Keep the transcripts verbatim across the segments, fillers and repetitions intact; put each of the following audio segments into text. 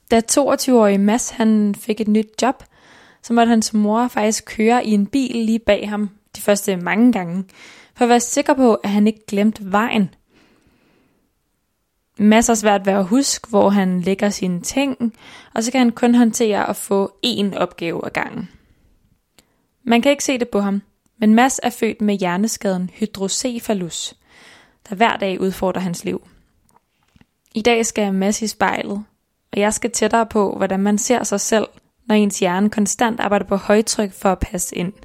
Da toogtyve-årige Mads han fik et nyt job, så måtte hans mor faktisk køre i en bil lige bag ham de første mange gange, for at være sikker på, at han ikke glemte vejen. Mads har svært ved at huske, hvor han lægger sine ting, og så kan han kun håndtere at få én opgave ad gangen. Man kan ikke se det på ham, men Mads er født med hjerneskaden hydrocephalus, der hver dag udfordrer hans liv. I dag skal Mads i spejlet, og jeg skal tættere på, hvordan man ser sig selv, når ens hjerne konstant arbejder på højtryk for at passe ind.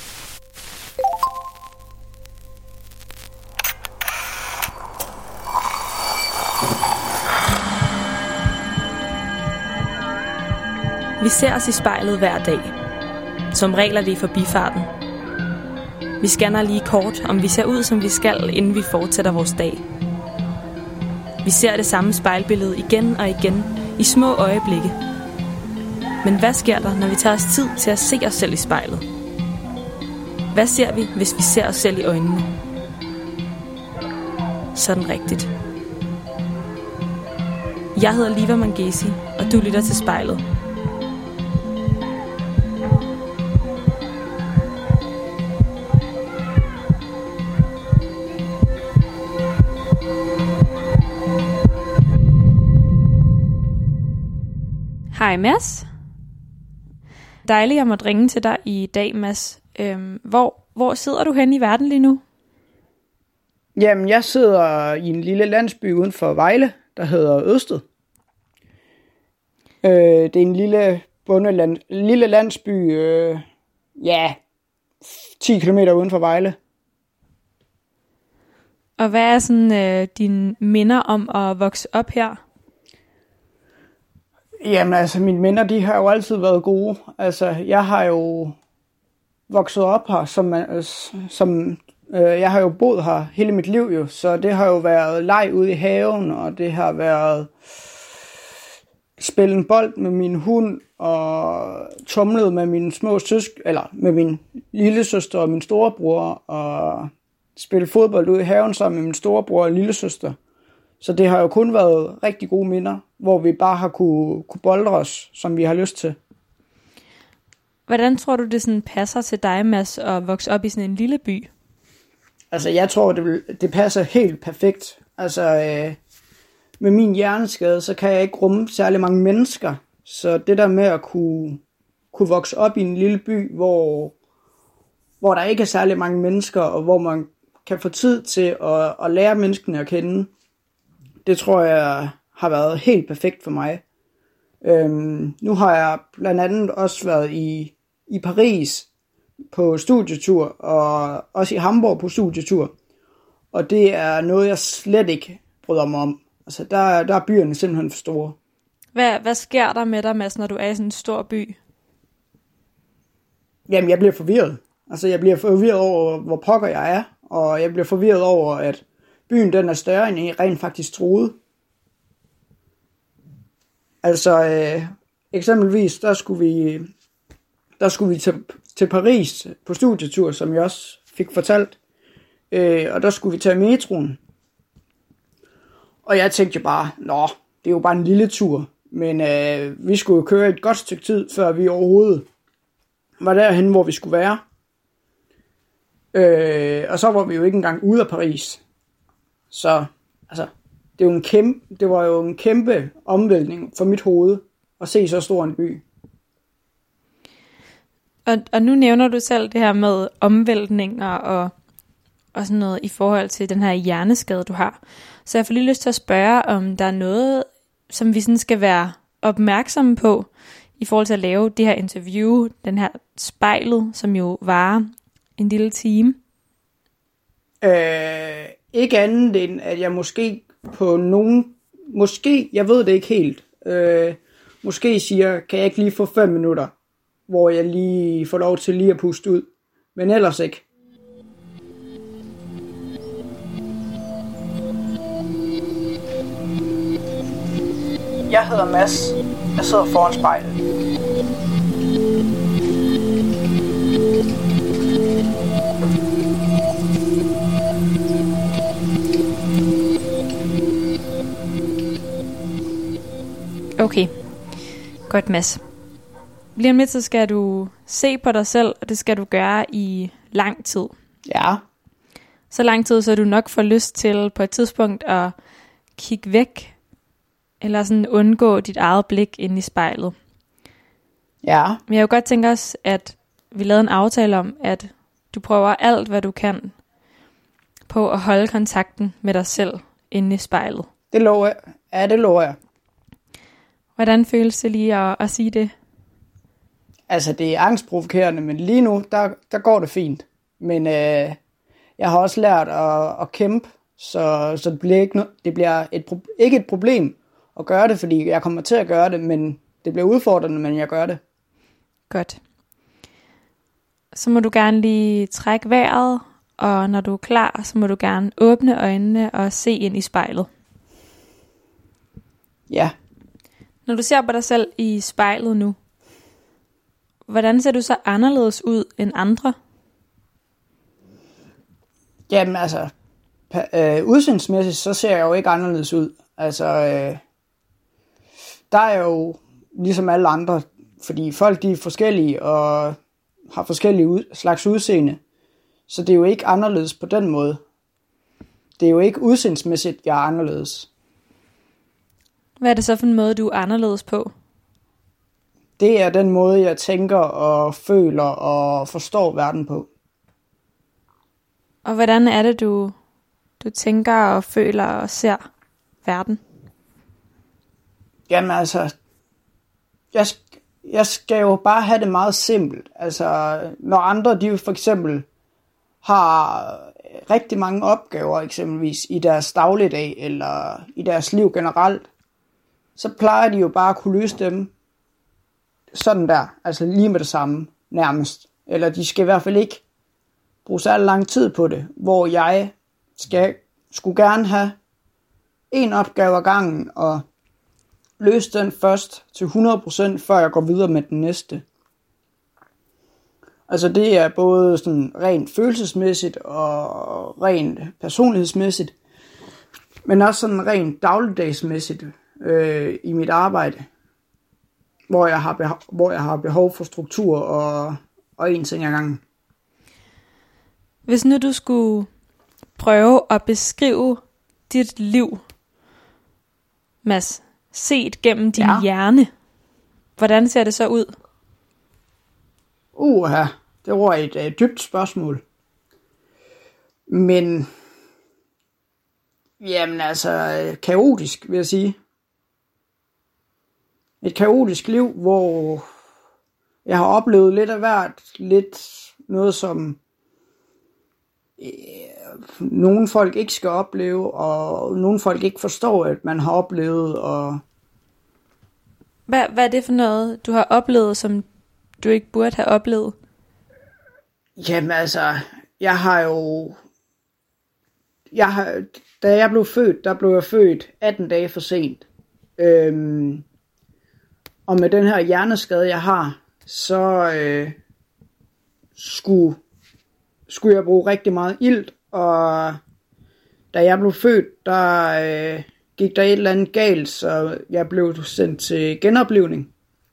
Vi ser os i spejlet hver dag. Som regel er det i forbifarten. Vi scanner lige kort, om vi ser ud, som vi skal, inden vi fortsætter vores dag. Vi ser det samme spejlbillede igen og igen, i små øjeblikke. Men hvad sker der, når vi tager os tid til at se os selv i spejlet? Hvad ser vi, hvis vi ser os selv i øjnene? Sådan rigtigt. Jeg hedder Liva Mangesi, og du lytter til Spejlet. Hej Mads. Dejligt, jeg måtte ringe til dig i dag, Mads. Øhm, hvor, hvor sidder du henne i verden lige nu? Jamen, jeg sidder i en lille landsby uden for Vejle, der hedder Ødsted. Øh, det er en lille, bundeland, lille landsby, øh, ja, ti kilometer uden for Vejle. Og hvad er sådan øh, dine minder om at vokse op her? Jamen altså, mine minder, de har jo altid været gode. Altså, jeg har jo vokset op her, som, som øh, jeg har jo boet her hele mit liv jo, så det har jo været leg ude i haven, og det har været spille en bold med min hund, og tumlet med mine små søsk, eller med min lille søster og min storebror, og spille fodbold ude i haven sammen med min storebror og lille søster. Så det har jo kun været rigtig gode minder, hvor vi bare har kunne, kunne boldre os, som vi har lyst til. Hvordan tror du, det sådan passer til dig, Mads, at vokse op i sådan en lille by? Altså, jeg tror, det, det passer helt perfekt. Altså, øh, med min hjerneskade, så kan jeg ikke rumme særlig mange mennesker. Så det der med at kunne, kunne vokse op i en lille by, hvor, hvor der ikke er særlig mange mennesker, og hvor man kan få tid til at, at lære menneskene at kende, det tror jeg har været helt perfekt for mig. Øhm, nu har jeg blandt andet også været i, i Paris på studietur, og også i Hamburg på studietur. Og det er noget, jeg slet ikke bryder mig om. Altså, der, der er byerne simpelthen for store. Hvad, hvad sker der med dig, Mads, når du er i sådan en stor by? Jamen, jeg bliver forvirret. Altså, jeg bliver forvirret over, hvor pokker jeg er. Og jeg bliver forvirret over, at byen den er større, end jeg rent faktisk troede. Altså, øh, eksempelvis, der skulle vi, der skulle vi til, til Paris på studietur, som jeg også fik fortalt. Øh, og der skulle vi tage metroen. Og jeg tænkte jo bare, nå, det er jo bare en lille tur. Men øh, vi skulle jo køre et godt stykke tid, før vi overhovedet var derhen, hvor vi skulle være. Øh, og så var vi jo ikke engang ude af Paris. Så altså, det, er jo en kæmpe, det var jo en kæmpe omvæltning for mit hoved at se så stor en by. Og, og nu nævner du selv det her med omvæltninger og, og sådan noget i forhold til den her hjerneskade, du har. Så jeg får lige lyst til at spørge, om der er noget, som vi sådan skal være opmærksomme på i forhold til at lave det her interview, den her spejlet, som jo varer en lille time. Øh, ikke andet end, at jeg måske på nogen, måske, jeg ved det ikke helt, øh, måske siger, kan jeg ikke lige få fem minutter, hvor jeg lige får lov til lige at puste ud, men ellers ikke. Jeg hedder Mads. Jeg sidder foran spejlet. Okay. Godt, Mads. Lige om lidt, så skal du se på dig selv, og det skal du gøre i lang tid. Ja. Så lang tid, så du nok får lyst til på et tidspunkt at kigge væk, eller sådan undgå dit eget blik ind i spejlet. Ja. Men jeg kunne godt tænke os, at vi lavede en aftale om, at du prøver alt, hvad du kan, på at holde kontakten med dig selv inde i spejlet. Det lover jeg. Ja, det lover jeg. Hvordan føles det lige at, at sige det? Altså, det er angstprovokerende, men lige nu, der, der går det fint. Men øh, jeg har også lært at, at kæmpe, så, så det bliver, ikke, det bliver et, ikke et problem at gøre det, fordi jeg kommer til at gøre det, men det bliver udfordrende, men jeg gør det. Godt. Så må du gerne lige trække vejret, og når du er klar, så må du gerne åbne øjnene og se ind i spejlet. Ja. Når du ser på dig selv i spejlet nu, hvordan ser du så anderledes ud end andre? Jamen altså, øh, udseendsmæssigt, så ser jeg jo ikke anderledes ud. Altså, øh, der er jo ligesom alle andre, fordi folk de er forskellige og har forskellige ud, slags udseende. Så det er jo ikke anderledes på den måde. Det er jo ikke udseendsmæssigt, jeg er anderledes. Hvad er det så for en måde, du er anderledes på? Det er den måde, jeg tænker og føler og forstår verden på. Og hvordan er det, du, du tænker og føler og ser verden? Jamen altså, jeg, jeg skal jo bare have det meget simpelt. Altså, når andre, de for eksempel har rigtig mange opgaver, eksempelvis i deres dagligdag eller i deres liv generelt, så plejer de jo bare at kunne løse dem sådan der, altså lige med det samme, nærmest. Eller de skal i hvert fald ikke bruge særlig lang tid på det, hvor jeg skal, skulle gerne have en opgave ad gangen og løse den først til hundrede procent, før jeg går videre med den næste. Altså det er både sådan rent følelsesmæssigt og rent personlighedsmæssigt, men også sådan rent dagligdagsmæssigt øh, i mit arbejde, hvor jeg har behov, hvor jeg har behov for struktur og, og en ting ad gangen. Hvis nu du skulle prøve at beskrive dit liv, Mads, set gennem din ja. hjerne, hvordan ser det så ud? Uha, det var et, et dybt spørgsmål. Men, jamen altså, kaotisk vil jeg sige. Et kaotisk liv, hvor jeg har oplevet lidt af hvert, lidt noget som øh, nogle folk ikke skal opleve, og nogle folk ikke forstår, at man har oplevet. Og hvad, hvad er det for noget, du har oplevet, som du ikke burde have oplevet? Jamen altså, jeg har jo, jeg har, da jeg blev født, der blev jeg født atten dage for sent. Øhm, og med den her hjerneskade, jeg har, så øh, skulle, skulle jeg bruge rigtig meget ilt, og da jeg blev født, der øh, gik der et eller andet galt, så jeg blev sendt til genoplivning.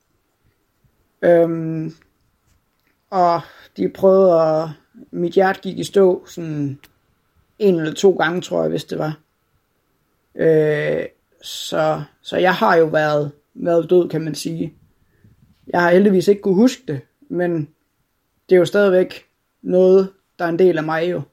Øhm, og de prøvede at, mit hjerte gik i stå sådan en eller to gange, tror jeg, hvis det var. Øh, så, så jeg har jo været, været død, kan man sige. Jeg har heldigvis ikke kunne huske det, men det er jo stadigvæk noget, der er en del af mig jo.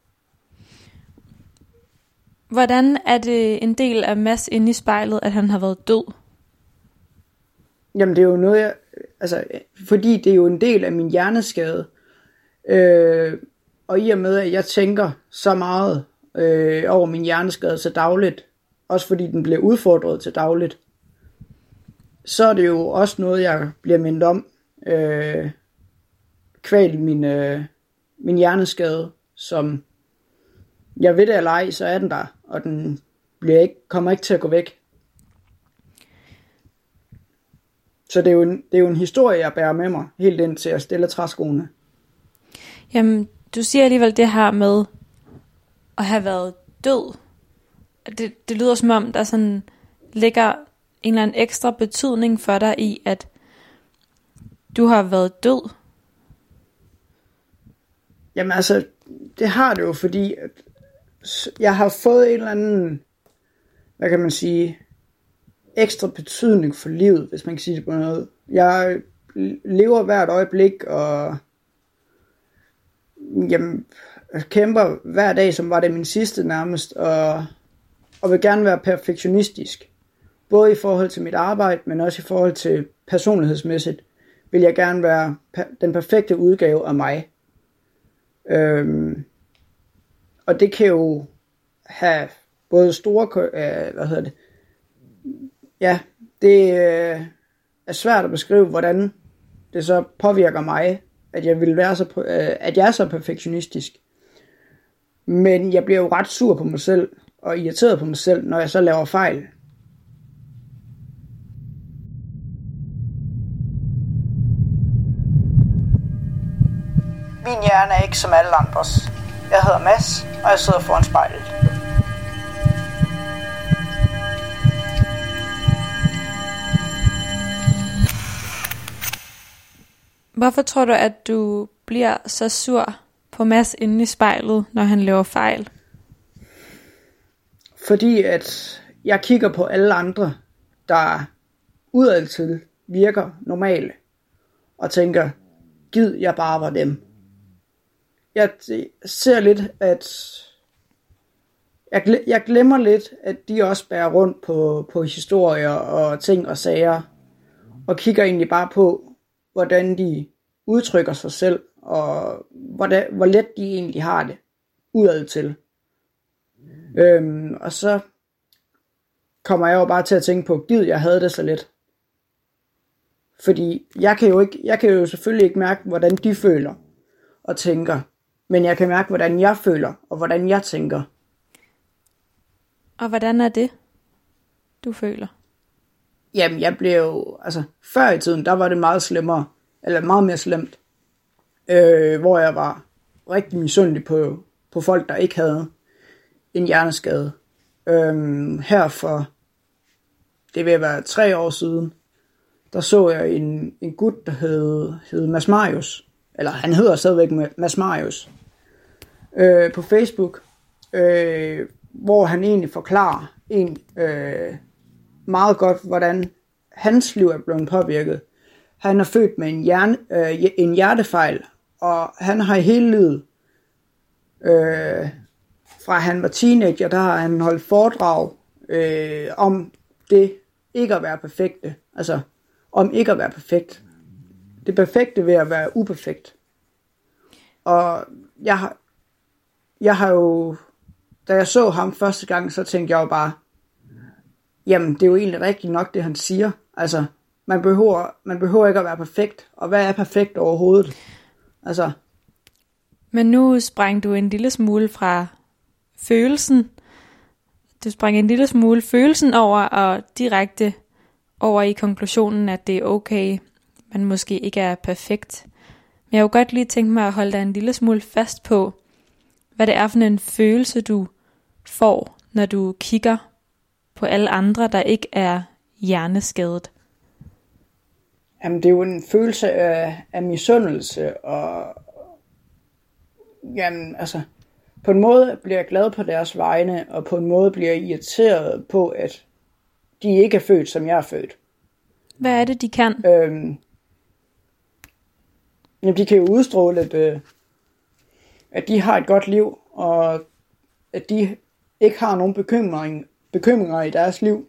Hvordan er det en del af Mads inde i spejlet, at han har været død? Jamen det er jo noget, jeg, altså, fordi det er jo en del af min hjerneskade. Øh, og i og med, at jeg tænker så meget øh, over min hjerneskade til dagligt, også fordi den bliver udfordret til dagligt, så er det jo også noget, jeg bliver mindet om, øh, kval min, øh, min hjerneskade, som jeg ved det eller ej, så er den der, og den bliver ikke, kommer ikke til at gå væk. Så det er, jo en, det er jo en historie, jeg bærer med mig, helt ind til at stille træskoene. Jamen, du siger alligevel det her med at have været død. Det, det lyder som om, der sådan ligger en eller anden ekstra betydning for dig i, at du har været død? Jamen altså, det har det jo, fordi at jeg har fået en eller anden, hvad kan man sige, ekstra betydning for livet, hvis man kan sige det på noget. Jeg lever hvert øjeblik, og jamen, jeg kæmper hver dag, som var det min sidste nærmest, og, og vil gerne være perfektionistisk. Både i forhold til mit arbejde, men også i forhold til personlighedsmæssigt, vil jeg gerne være den perfekte udgave af mig. Øhm, og det kan jo have både store, øh, hvad hedder det, ja, det øh, er svært at beskrive, hvordan det så påvirker mig, at jeg vil være så, øh, at jeg er så perfektionistisk. Men jeg bliver jo ret sur på mig selv, og irriteret på mig selv, når jeg så laver fejl. Min hjerne er ikke som alle andres. Jeg hedder Mads, og jeg sidder foran spejlet. Hvorfor tror du, at du bliver så sur på Mads inde i spejlet, når han laver fejl? Fordi at jeg kigger på alle andre, der udadtil virker normale, og tænker, gid jeg bare var dem. Jeg ser lidt, at jeg glemmer lidt, at de også bærer rundt på, på historier og ting og sager, og kigger egentlig bare på, hvordan de udtrykker sig selv, og hvordan, hvor let de egentlig har det udad til. Øhm, og så kommer jeg jo bare til at tænke på, gid jeg havde det så let. Fordi jeg kan jo ikke, jeg kan jo selvfølgelig ikke mærke, hvordan de føler og tænker, men jeg kan mærke, hvordan jeg føler og hvordan jeg tænker. Og hvordan er det, du føler? Jamen, jeg blev jo, altså, før i tiden, der var det meget slemmere, eller meget mere slemt, øh, hvor jeg var rigtig misundelig på, på folk, der ikke havde en hjerneskade. Øh, her for, det vil være tre år siden, der så jeg en, en gut, der hed, hed Mads Marius, eller han hedder stadigvæk Mads Marius, øh, på Facebook, øh, hvor han egentlig forklarer en, øh, meget godt, hvordan hans liv er blevet påvirket. Han er født med en, hjerne, øh, en hjertefejl, og han har i hele livet, øh, fra han var teenager, der har han holdt foredrag øh, om det ikke at være perfekte. Altså, om ikke at være perfekt. Det perfekte ved at være uperfekt. Og jeg har, jeg har jo, da jeg så ham første gang, så tænkte jeg jo bare, jamen, det er jo egentlig rigtigt nok, det han siger. Altså, man behøver, man behøver ikke at være perfekt. Og hvad er perfekt overhovedet? Altså. Men nu sprang du en lille smule fra følelsen. Du sprang en lille smule følelsen over, og direkte over i konklusionen, at det er okay, man måske ikke er perfekt. Men jeg kunne godt lige tænke mig at holde dig en lille smule fast på, hvad det er for en følelse, du får, når du kigger på alle andre, der ikke er hjerneskadet. Jamen, det er jo en følelse af, af misundelse, og jamen, altså, på en måde bliver jeg glad på deres vegne, og på en måde bliver jeg irriteret på, at de ikke er født, som jeg er født. Hvad er det, de kan? Øhm, jamen, de kan jo udstråle, at, øh, at de har et godt liv, og at de ikke har nogen bekymring, bekymringer i deres liv.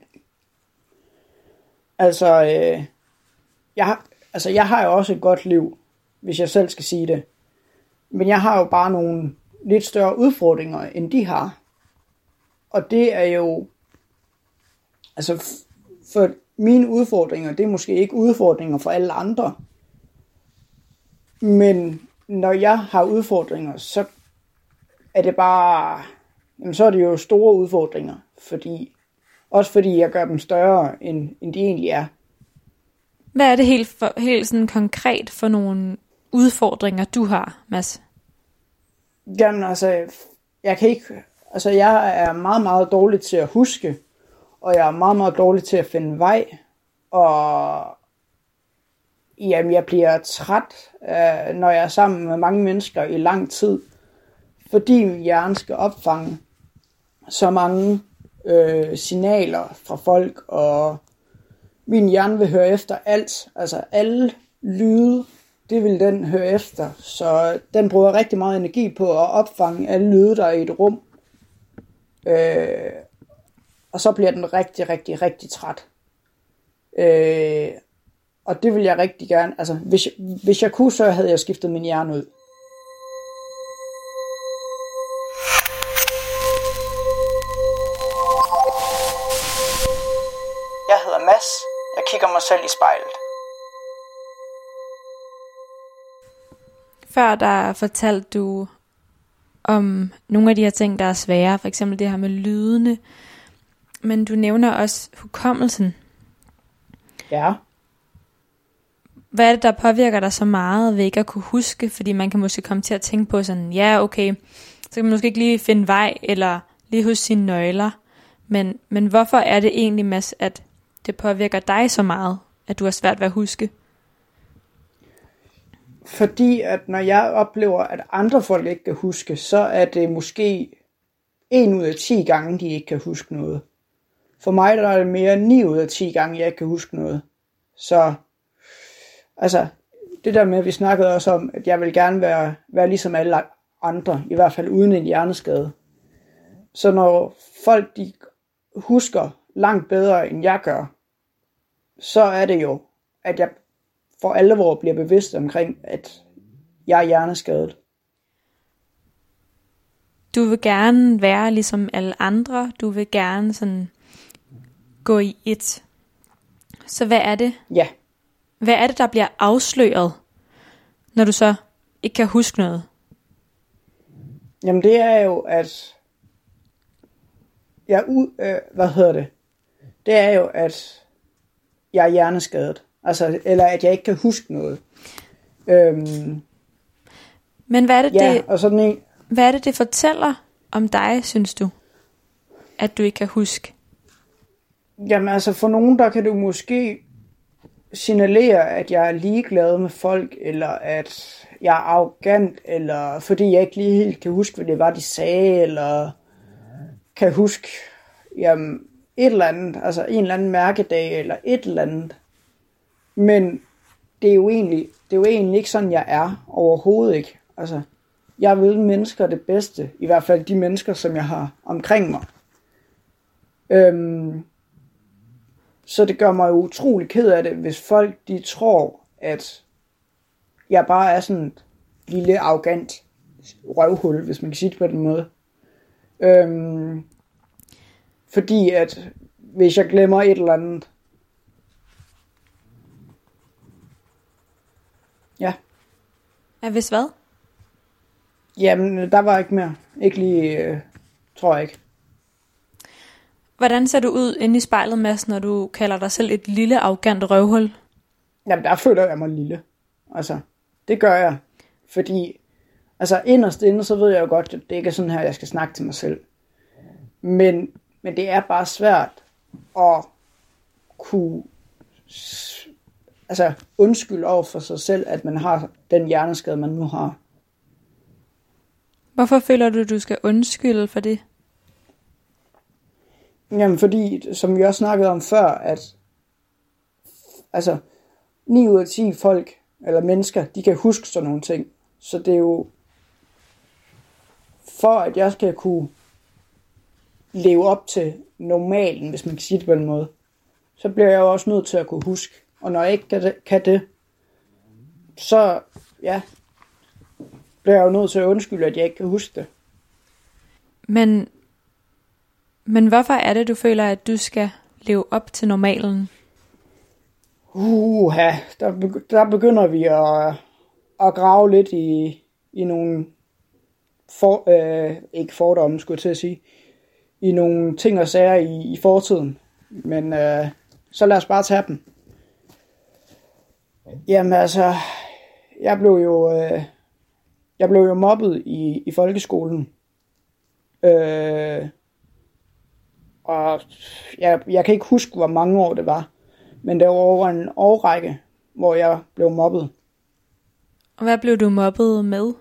Altså, øh, jeg, har, altså, jeg har jo også et godt liv, hvis jeg selv skal sige det. Men jeg har jo bare nogle lidt større udfordringer, end de har. Og det er jo, altså, for mine udfordringer, det er måske ikke udfordringer for alle andre. Men når jeg har udfordringer, så er det bare, jamen, så er det jo store udfordringer, fordi, også fordi jeg gør dem større, end, end de egentlig er. Hvad er det helt, for, helt sådan konkret for nogle udfordringer, du har, Mads? Jamen altså, jeg kan ikke, altså jeg er meget, meget dårlig til at huske, og jeg er meget, meget dårlig til at finde vej, og Jamen, jeg bliver træt, øh, når jeg er sammen med mange mennesker i lang tid, fordi min hjerne skal opfange så mange øh, signaler fra folk, og min hjerne vil høre efter alt, altså alle lyde, det vil den høre efter, så den bruger rigtig meget energi på at opfange alle lyde, der er i et rum, øh, og så bliver den rigtig, rigtig, rigtig træt. Øh, og det vil jeg rigtig gerne, altså hvis, hvis jeg kunne, så havde jeg skiftet min hjerne ud. Jeg hedder Mads. Jeg kigger mig selv i spejlet. Før der fortalte du om nogle af de her ting, der er svære, for eksempel det her med lydene, men du nævner også hukommelsen. Ja. Hvad er det, der påvirker dig så meget ved ikke at kunne huske? Fordi man kan måske komme til at tænke på sådan, ja okay, så kan man måske ikke lige finde vej, eller lige huske sine nøgler. Men, men hvorfor er det egentlig, Mads, at det påvirker dig så meget, at du har svært ved at huske? Fordi at når jeg oplever, at andre folk ikke kan huske, så er det måske en ud af ti gange, de ikke kan huske noget. For mig der er det mere ni ud af ti gange, jeg ikke kan huske noget. Så altså, det der med, at vi snakkede også om, at jeg vil gerne være, være ligesom alle andre, i hvert fald uden en hjerneskade. Så når folk de husker langt bedre, end jeg gør, så er det jo, at jeg for alvor bliver bevidst omkring, at jeg er hjerneskadet. Du vil gerne være ligesom alle andre. Du vil gerne sådan gå i et. Så hvad er det? Ja. Hvad er det, der bliver afsløret, når du så ikke kan huske noget? Jamen det er jo, at jeg u- øh, hvad hedder det? Det er jo, at jeg er hjerneskadet. Altså, eller at jeg ikke kan huske noget. Øhm, Men hvad er det, ja, det, og sådan en, hvad er det, det fortæller om dig, synes du? At du ikke kan huske? Jamen altså, for nogen, der kan du måske signalere, at jeg er ligeglad med folk, eller at jeg er arrogant, eller fordi jeg ikke lige helt kan huske, hvad det var, de sagde, eller kan huske, jamen, et eller andet, altså en eller anden mærkedag, eller et eller andet. Men det er jo egentlig, det er jo egentlig ikke sådan, jeg er overhovedet ikke. Altså, jeg vil mennesker det bedste, i hvert fald de mennesker, som jeg har omkring mig. Øhm, så det gør mig jo utrolig ked af det, hvis folk de tror, at jeg bare er sådan et lille arrogant røvhul, hvis man kan sige det på den måde. Øhm, fordi at hvis jeg glemmer et eller andet, ja. Ja, hvis hvad? Jamen, der var ikke mere. Ikke lige, øh, tror jeg ikke. Hvordan ser du ud inde i spejlet, Mads, når du kalder dig selv et lille arrogant røvhul? Jamen, der føler jeg mig lille. Altså, det gør jeg. Fordi, altså inderst inde, så ved jeg jo godt, at det ikke er sådan her, jeg skal snakke til mig selv. Men, men det er bare svært at kunne altså, undskylde over for sig selv, at man har den hjerneskade, man nu har. Hvorfor føler du, du skal undskylde for det? Jamen, fordi, som vi også snakkede om før, at altså, ni ud af ti folk, eller mennesker, de kan huske sådan nogle ting. Så det er jo, for at jeg skal kunne leve op til normalen, hvis man kan sige det på en måde, så bliver jeg jo også nødt til at kunne huske. Og når jeg ikke kan det, kan det så ja, bliver jeg jo nødt til at undskylde, at jeg ikke kan huske det. Men, men hvorfor er det, du føler, at du skal leve op til normalen? Uha, der, begy- der begynder vi at, at grave lidt i, i nogle, for, øh, ikke fordomme, skulle jeg til at sige, i nogle ting og sager i, i fortiden. Men øh, så lad os bare tage dem. Jamen altså, jeg blev jo, øh, jeg blev jo mobbet i, i folkeskolen. Øh, og jeg, jeg kan ikke huske, hvor mange år det var. Men det var over en årrække. hvor jeg blev mobbet. Og hvad blev du mobbet med?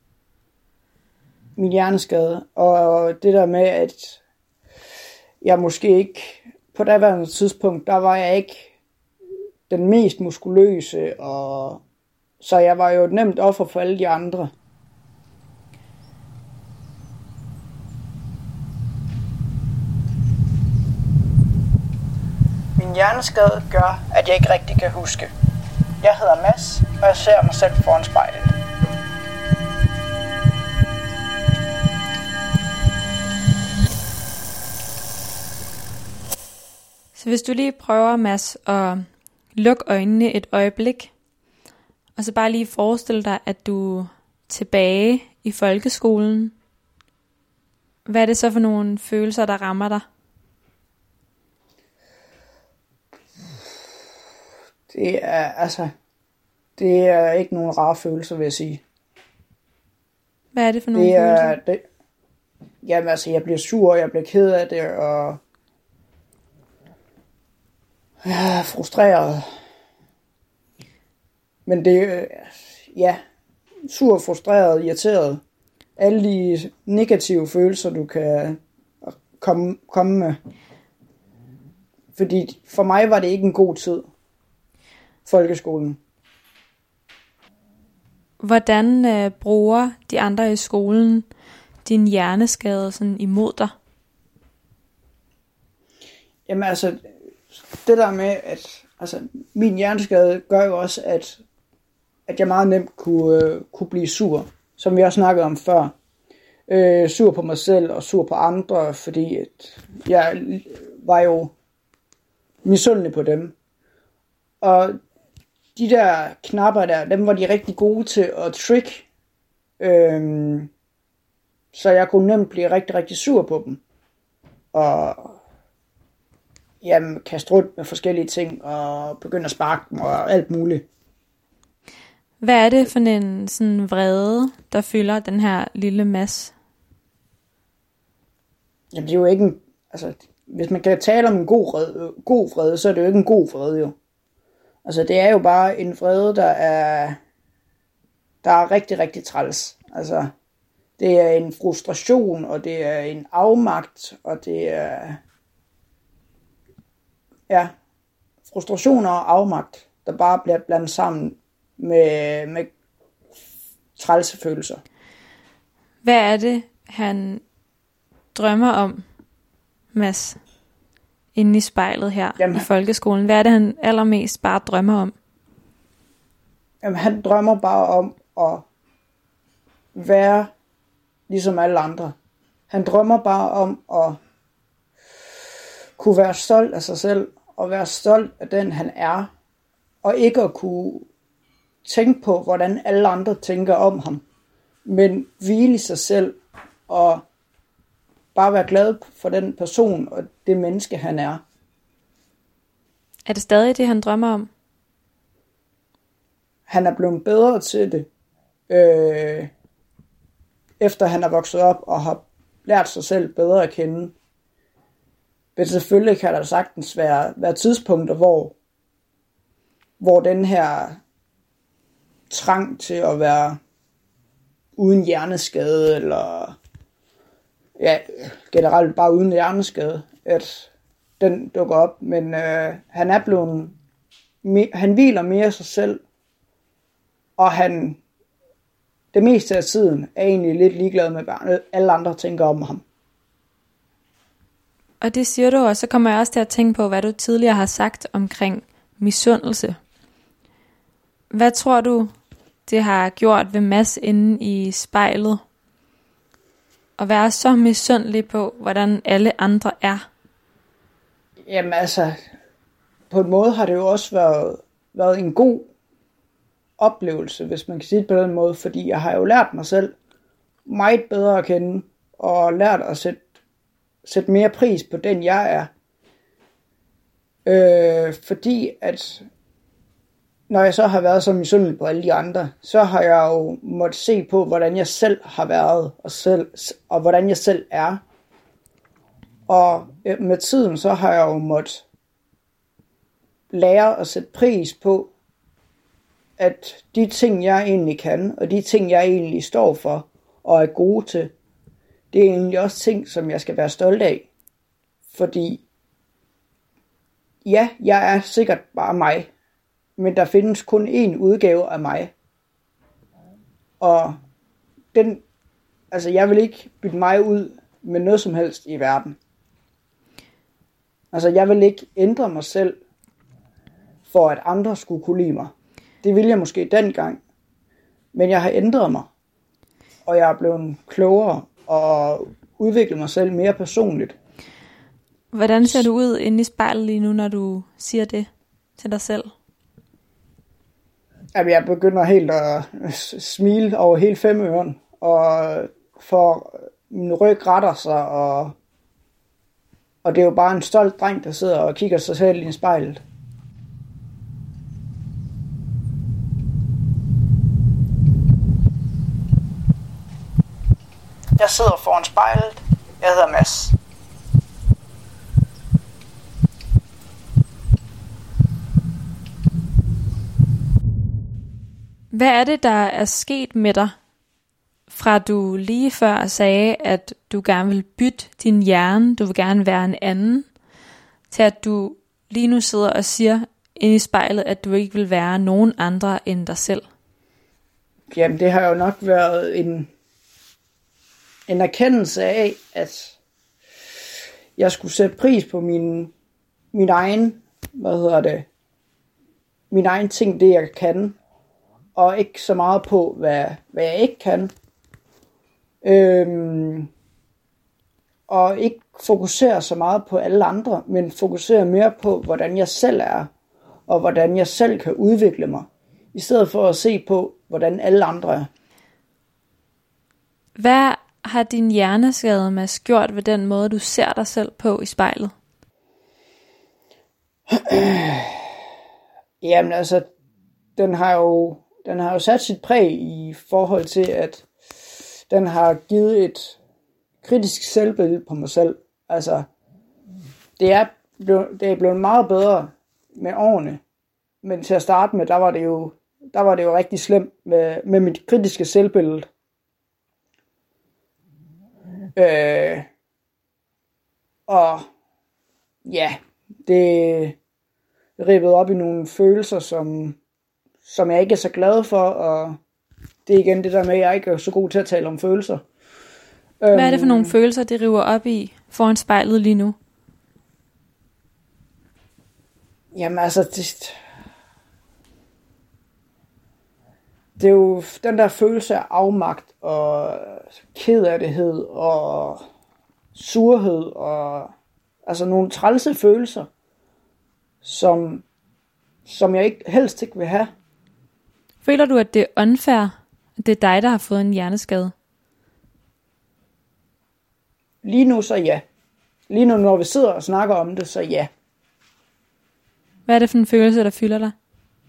Min hjerneskade, og det der med, at jeg måske ikke, på daværende tidspunkt, der var jeg ikke den mest muskuløse, og så jeg var jo et nemt offer for alle de andre. Min hjerneskade gør, at jeg ikke rigtig kan huske. Jeg hedder Mads, og jeg ser mig selv foran spejlet. Så hvis du lige prøver, Mads, at lukke øjnene et øjeblik, og så bare lige forestille dig, at du er tilbage i folkeskolen. Hvad er det så for nogle følelser, der rammer dig? Det er altså, det er ikke nogen rare følelser, vil jeg sige. Hvad er det for nogle det er, følelser? Det, jamen altså, jeg bliver sur, jeg bliver ked af det, og jeg er frustreret. Men det, ja, sur, frustreret, irriteret. Alle de negative følelser, du kan komme, komme med. Fordi for mig var det ikke en god tid. Folkeskolen. Hvordan øh, bruger de andre i skolen din hjerneskade sådan imod dig? Jamen altså, det der med, at altså, min hjerneskade gør jo også, at, at jeg meget nemt kunne, øh, kunne blive sur, som vi også snakkede om før. Øh, sur på mig selv og sur på andre, fordi at jeg var jo misundelig på dem. Og de der knapper der, dem var de rigtig gode til at trick. Øhm, så jeg kunne nemt blive rigtig, rigtig sur på dem. Og jamen, kaste rundt med forskellige ting, og begynde at sparke dem, og alt muligt. Hvad er det for en sådan vrede, der fylder den her lille Mads? Jamen, det er jo ikke en, altså, hvis man kan tale om en god vrede, god vrede, så er det jo ikke en god vrede, jo. Altså, det er jo bare en vrede, der er, der er rigtig, rigtig træls. Altså, det er en frustration, og det er en afmagt, og det er, ja, frustrationer og afmagt, der bare bliver blandet sammen med, med trælse følelser. Hvad er det, han drømmer om, Mads, inde i spejlet her jamen, i folkeskolen? Hvad er det, han allermest bare drømmer om? Jamen, han drømmer bare om at være ligesom alle andre. Han drømmer bare om at kunne være stolt af sig selv, og være stolt af den, han er, og ikke at kunne tænke på, hvordan alle andre tænker om ham, men hvile i sig selv, og bare være glad for den person, og det menneske, han er. Er det stadig det, han drømmer om? Han er blevet bedre til det, øh, efter han er vokset op, og har lært sig selv bedre at kende. Men selvfølgelig kan der sagtens være, være tidspunkter, hvor, hvor den her trang til at være uden hjerneskade, eller ja, generelt bare uden hjerneskade, at den dukker op. Men øh, han er blevet, han hviler mere af sig selv, og han det meste af tiden er egentlig lidt ligeglad med, hvad alle andre tænker om ham. Og det siger du, og så kommer jeg også til at tænke på, hvad du tidligere har sagt omkring misundelse. Hvad tror du, det har gjort ved Mads inde i spejlet? At være så misundelig på, hvordan alle andre er? Jamen altså, på en måde har det jo også været, været en god oplevelse, hvis man kan sige det på den måde, fordi jeg har jo lært mig selv meget bedre at kende, og lært at sætte, sætte mere pris på den, jeg er. Øh, fordi at når jeg så har været så misundelig på alle de andre, så har jeg jo måttet se på, hvordan jeg selv har været, og, selv, og hvordan jeg selv er. Og med tiden, så har jeg jo måttet lære at sætte pris på at de ting, jeg egentlig kan, og de ting, jeg egentlig står for og er gode til, det er egentlig også ting, som jeg skal være stolt af. Fordi, ja, jeg er sikkert bare mig, men der findes kun én udgave af mig. Og den, altså jeg vil ikke bytte mig ud med noget som helst i verden. Altså jeg vil ikke ændre mig selv, for at andre skulle kunne lide mig. Det ville jeg måske dengang. Men jeg har ændret mig. Og jeg er blevet klogere og udviklet mig selv mere personligt. Hvordan ser du ud inde i spejlet lige nu, når du siger det til dig selv? Jamen, jeg begynder helt at smile over hele fem øren. Og for min ryg retter sig. Og, og det er jo bare en stolt dreng, der sidder og kigger sig selv i spejlet. Jeg sidder foran spejlet. Jeg hedder Mads. Hvad er det, der er sket med dig, fra du lige før sagde, at du gerne vil bytte din hjerne, du vil gerne være en anden, til at du lige nu sidder og siger inde i spejlet, at du ikke vil være nogen andre end dig selv? Jamen, det har jo nok været en, en erkendelse af, at jeg skulle sætte pris på min, min egen, hvad hedder det, min egen ting, det jeg kan, og ikke så meget på, hvad, hvad jeg ikke kan. Øhm, og ikke fokusere så meget på alle andre, men fokusere mere på, hvordan jeg selv er, og hvordan jeg selv kan udvikle mig, i stedet for at se på, hvordan alle andre er. Hvad har din hjerneskade, Mads, gjort ved den måde, du ser dig selv på i spejlet? Jamen altså, den har jo, den har jo sat sit præg i forhold til, at den har givet et kritisk selvbillede på mig selv. Altså, det er blevet, det er blevet meget bedre med årene, men til at starte med, der var det jo, der var det jo rigtig slemt med, med mit kritiske selvbillede. Øh, og ja, det ribbede op i nogle følelser, som, som jeg ikke er så glad for, og det er igen det der med, at jeg ikke er så god til at tale om følelser. Hvad er det for nogle følelser, det river op i foran spejlet lige nu? Jamen altså, det, det er jo den der følelse af afmagt og kederlighed og surhed og altså nogle trælse følelser, som, som jeg ikke helst ikke vil have. Føler du, at det er unfair, at det er dig, der har fået en hjerneskade? Lige nu så ja. Lige nu, når vi sidder og snakker om det, så ja. Hvad er det for en følelse, der fylder dig?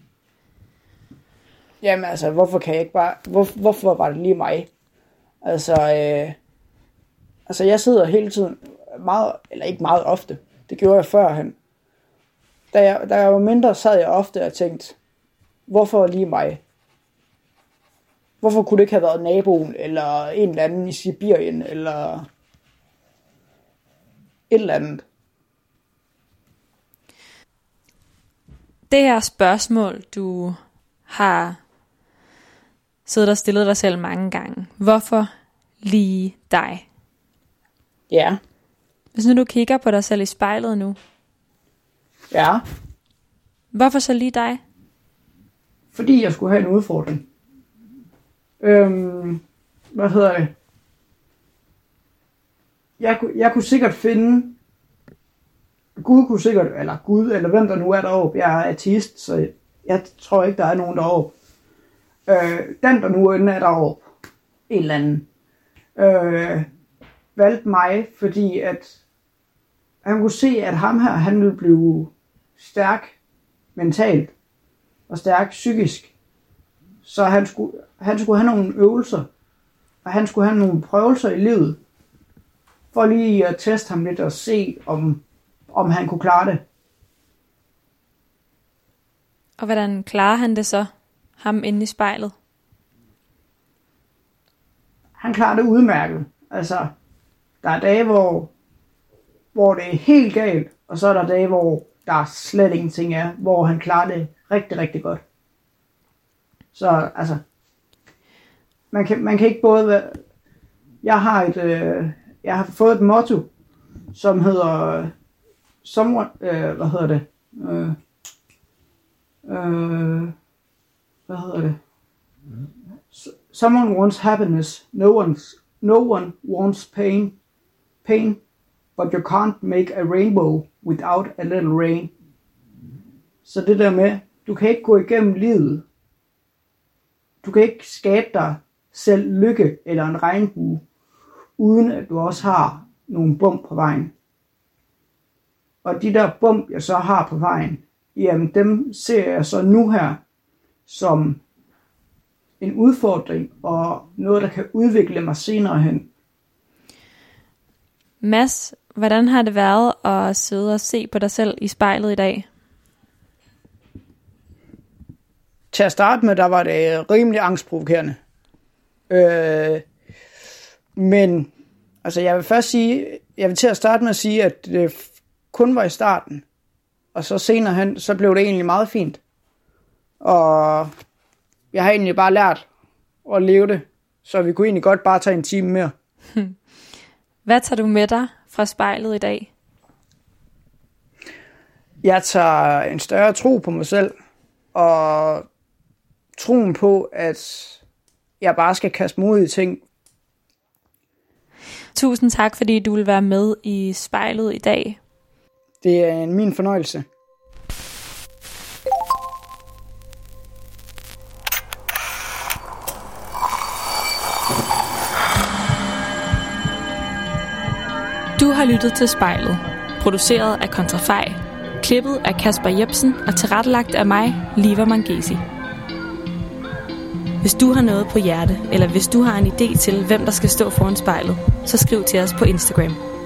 Jamen altså, hvorfor kan jeg ikke bare... Hvor, hvorfor var det lige mig? Altså, øh, altså, jeg sidder hele tiden meget... Eller ikke meget ofte. Det gjorde jeg førhen. Da jeg, da jeg var mindre, sad jeg ofte og tænkte, hvorfor lige mig? Hvorfor kunne det ikke have været naboen, eller en eller anden i Sibirien, eller et eller andet? Det her spørgsmål, du har siddet og stillet dig selv mange gange. Hvorfor lige dig? Ja. Hvis nu du kigger på dig selv i spejlet nu. Ja. Hvorfor så lige dig? Fordi jeg skulle have en udfordring. Øhm, hvad hedder det? Jeg, jeg kunne sikkert finde... Gud kunne sikkert... Eller Gud, eller hvem der nu er deroppe. Jeg er ateist, så jeg tror ikke, der er nogen deroppe. Øh, den, der nu er deroppe. En eller anden. Øh, valgte mig, fordi at... Han kunne se, at ham her, han ville blive stærk mentalt. Og stærk psykisk. Så han skulle, han skulle have nogle øvelser. Og han skulle have nogle prøvelser i livet. For lige at teste ham lidt og se, om, om han kunne klare det. Og hvordan klarer han det så? ham inde i spejlet? Han klarer det udmærket. Altså, der er dage, hvor, hvor det er helt galt, og så er der dage, hvor der slet ingenting er, hvor han klarer det rigtig, rigtig godt. Så altså, man kan, man kan ikke både være... Jeg har et, øh, jeg har fået et motto, som hedder, someone, øh, hvad hedder det? Øh, øh, hvad hedder det? Someone wants happiness, no one's, no one wants pain, pain, but you can't make a rainbow without a little rain. Så det der med, du kan ikke gå igennem livet, du kan ikke skabe dig selv lykke eller en regnbue, uden at du også har nogle bump på vejen. Og de der bump, jeg så har på vejen, jamen dem ser jeg så nu her som en udfordring og noget, der kan udvikle mig senere hen. Mads, hvordan har det været at sidde og se på dig selv i spejlet i dag? Til at starte med, der var det rimelig angstprovokerende. Øh, men altså, jeg vil først sige, jeg vil til at starte med at sige, at det kun var i starten, og så senere hen, så blev det egentlig meget fint. Og jeg har egentlig bare lært at leve det, så vi kunne egentlig godt bare tage en time mere. Hvad tager du med dig fra spejlet i dag? Jeg tager en større tro på mig selv, og troen på, at jeg bare skal kaste mig ud i ting. Tusind tak, fordi du vil være med i spejlet i dag. Det er min fornøjelse. Du har lyttet til Spejlet, produceret af Kontrafej, klippet af Kasper Jepsen og tilrettelagt af mig, Liva Mangesi. Hvis du har noget på hjerte, eller hvis du har en idé til, hvem der skal stå foran spejlet, så skriv til os på Instagram.